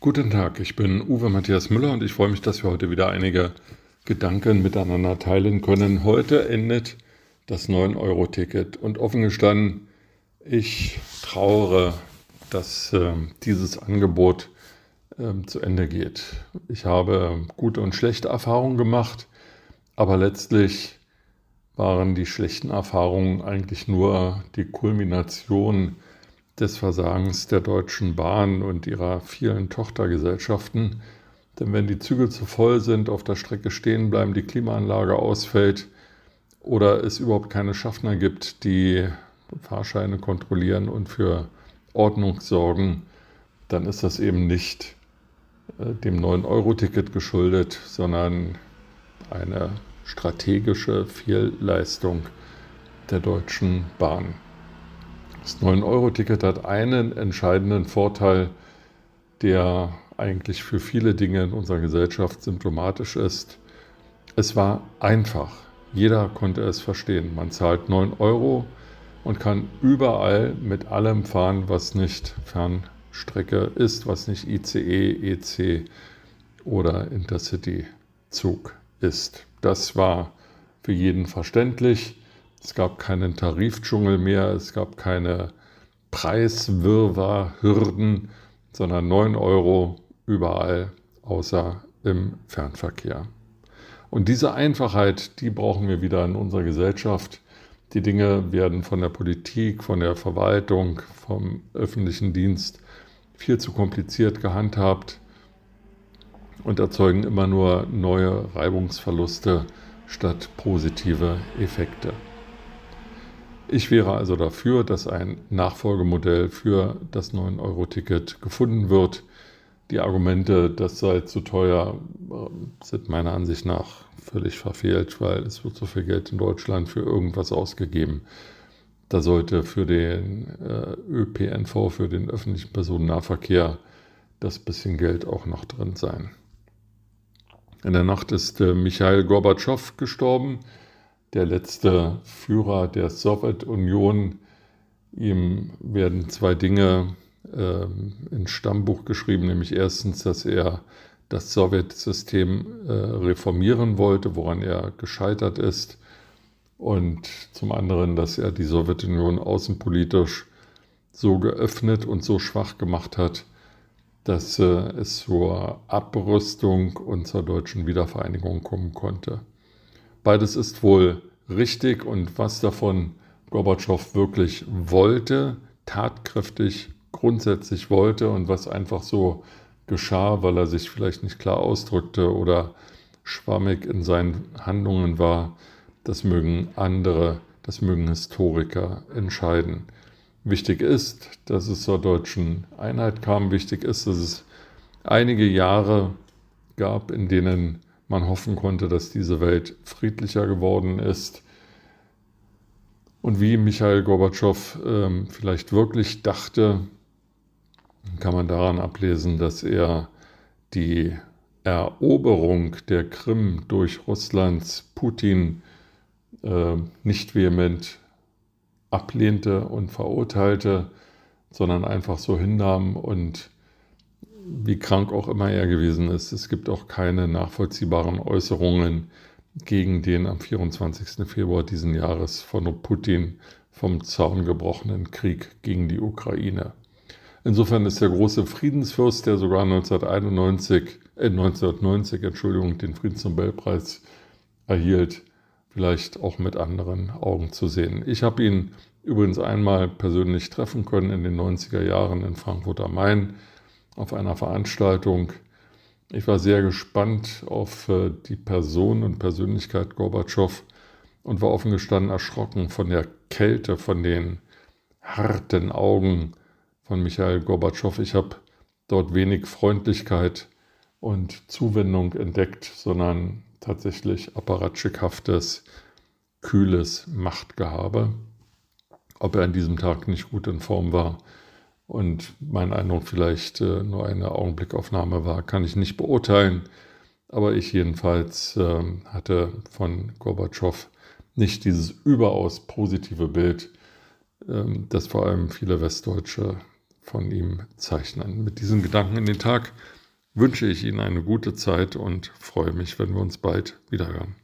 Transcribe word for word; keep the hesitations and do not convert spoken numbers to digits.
Guten Tag, ich bin Uwe Matthias Müller und ich freue mich, dass wir heute wieder einige Gedanken miteinander teilen können. Heute endet das neun Euro Ticket und offen gestanden, ich trauere, dass äh, dieses Angebot äh, zu Ende geht. Ich habe gute und schlechte Erfahrungen gemacht, aber letztlich waren die schlechten Erfahrungen eigentlich nur die Kulmination des Versagens der Deutschen Bahn und ihrer vielen Tochtergesellschaften. Denn wenn die Züge zu voll sind, auf der Strecke stehen bleiben, die Klimaanlage ausfällt oder es überhaupt keine Schaffner gibt, die Fahrscheine kontrollieren und für Ordnung sorgen, dann ist das eben nicht äh, dem neun Euro Ticket geschuldet, sondern eine strategische Fehlleistung der Deutschen Bahn. Das neun Euro Ticket hat einen entscheidenden Vorteil, der eigentlich für viele Dinge in unserer Gesellschaft symptomatisch ist. Es war einfach. Jeder konnte es verstehen. Man zahlt neun Euro und kann überall mit allem fahren, was nicht Fernstrecke ist, was nicht I C E, E C oder Intercity-Zug ist. Das war für jeden verständlich. Es gab keinen Tarifdschungel mehr, es gab keine Preiswirrwarr, Hürden, sondern neun Euro überall, außer im Fernverkehr. Und diese Einfachheit, die brauchen wir wieder in unserer Gesellschaft. Die Dinge werden von der Politik, von der Verwaltung, vom öffentlichen Dienst viel zu kompliziert gehandhabt und erzeugen immer nur neue Reibungsverluste statt positive Effekte. Ich wäre also dafür, dass ein Nachfolgemodell für das neun Euro Ticket gefunden wird. Die Argumente, das sei zu teuer, sind meiner Ansicht nach völlig verfehlt, weil es wird so viel Geld in Deutschland für irgendwas ausgegeben. Da sollte für den Ö P N V, für den öffentlichen Personennahverkehr, das bisschen Geld auch noch drin sein. In der Nacht ist Michail Gorbatschow gestorben, der letzte Führer der Sowjetunion. Ihm werden zwei Dinge äh, ins Stammbuch geschrieben, nämlich erstens, dass er das Sowjetsystem äh, reformieren wollte, woran er gescheitert ist, und zum anderen, dass er die Sowjetunion außenpolitisch so geöffnet und so schwach gemacht hat, dass äh, es zur Abrüstung und zur deutschen Wiedervereinigung kommen konnte. Beides ist wohl richtig, und was davon Gorbatschow wirklich wollte, tatkräftig grundsätzlich wollte, und was einfach so geschah, weil er sich vielleicht nicht klar ausdrückte oder schwammig in seinen Handlungen war, das mögen andere, das mögen Historiker entscheiden. Wichtig ist, dass es zur deutschen Einheit kam. Wichtig ist, dass es einige Jahre gab, in denen man hoffen konnte, dass diese Welt friedlicher geworden ist. Und wie Michail Gorbatschow ähm, vielleicht wirklich dachte, kann man daran ablesen, dass er die Eroberung der Krim durch Russlands Putin äh, nicht vehement ablehnte und verurteilte, sondern einfach so hinnahm, und wie krank auch immer er gewesen ist, es gibt auch keine nachvollziehbaren Äußerungen gegen den am vierundzwanzigsten Februar diesen Jahres von Putin vom Zaun gebrochenen Krieg gegen die Ukraine. Insofern ist der große Friedensfürst, der sogar neunzehnhunderteinundneunzig, äh neunzehnhundertneunzig Entschuldigung, den Friedensnobelpreis erhielt, vielleicht auch mit anderen Augen zu sehen. Ich habe ihn übrigens einmal persönlich treffen können in den neunziger Jahren in Frankfurt am Main auf einer Veranstaltung. Ich war sehr gespannt auf die Person und Persönlichkeit Gorbatschow und war offen gestanden erschrocken von der Kälte, von den harten Augen von Michail Gorbatschow. Ich habe dort wenig Freundlichkeit und Zuwendung entdeckt, sondern tatsächlich apparatschickhaftes, kühles Machtgehabe. Ob er an diesem Tag nicht gut in Form war und mein Eindruck vielleicht äh, nur eine Augenblickaufnahme war, kann ich nicht beurteilen. Aber ich jedenfalls äh, hatte von Gorbatschow nicht dieses überaus positive Bild, äh, das vor allem viele Westdeutsche von ihm zeichnen. Mit diesen Gedanken in den Tag wünsche ich Ihnen eine gute Zeit und freue mich, wenn wir uns bald wiederhören.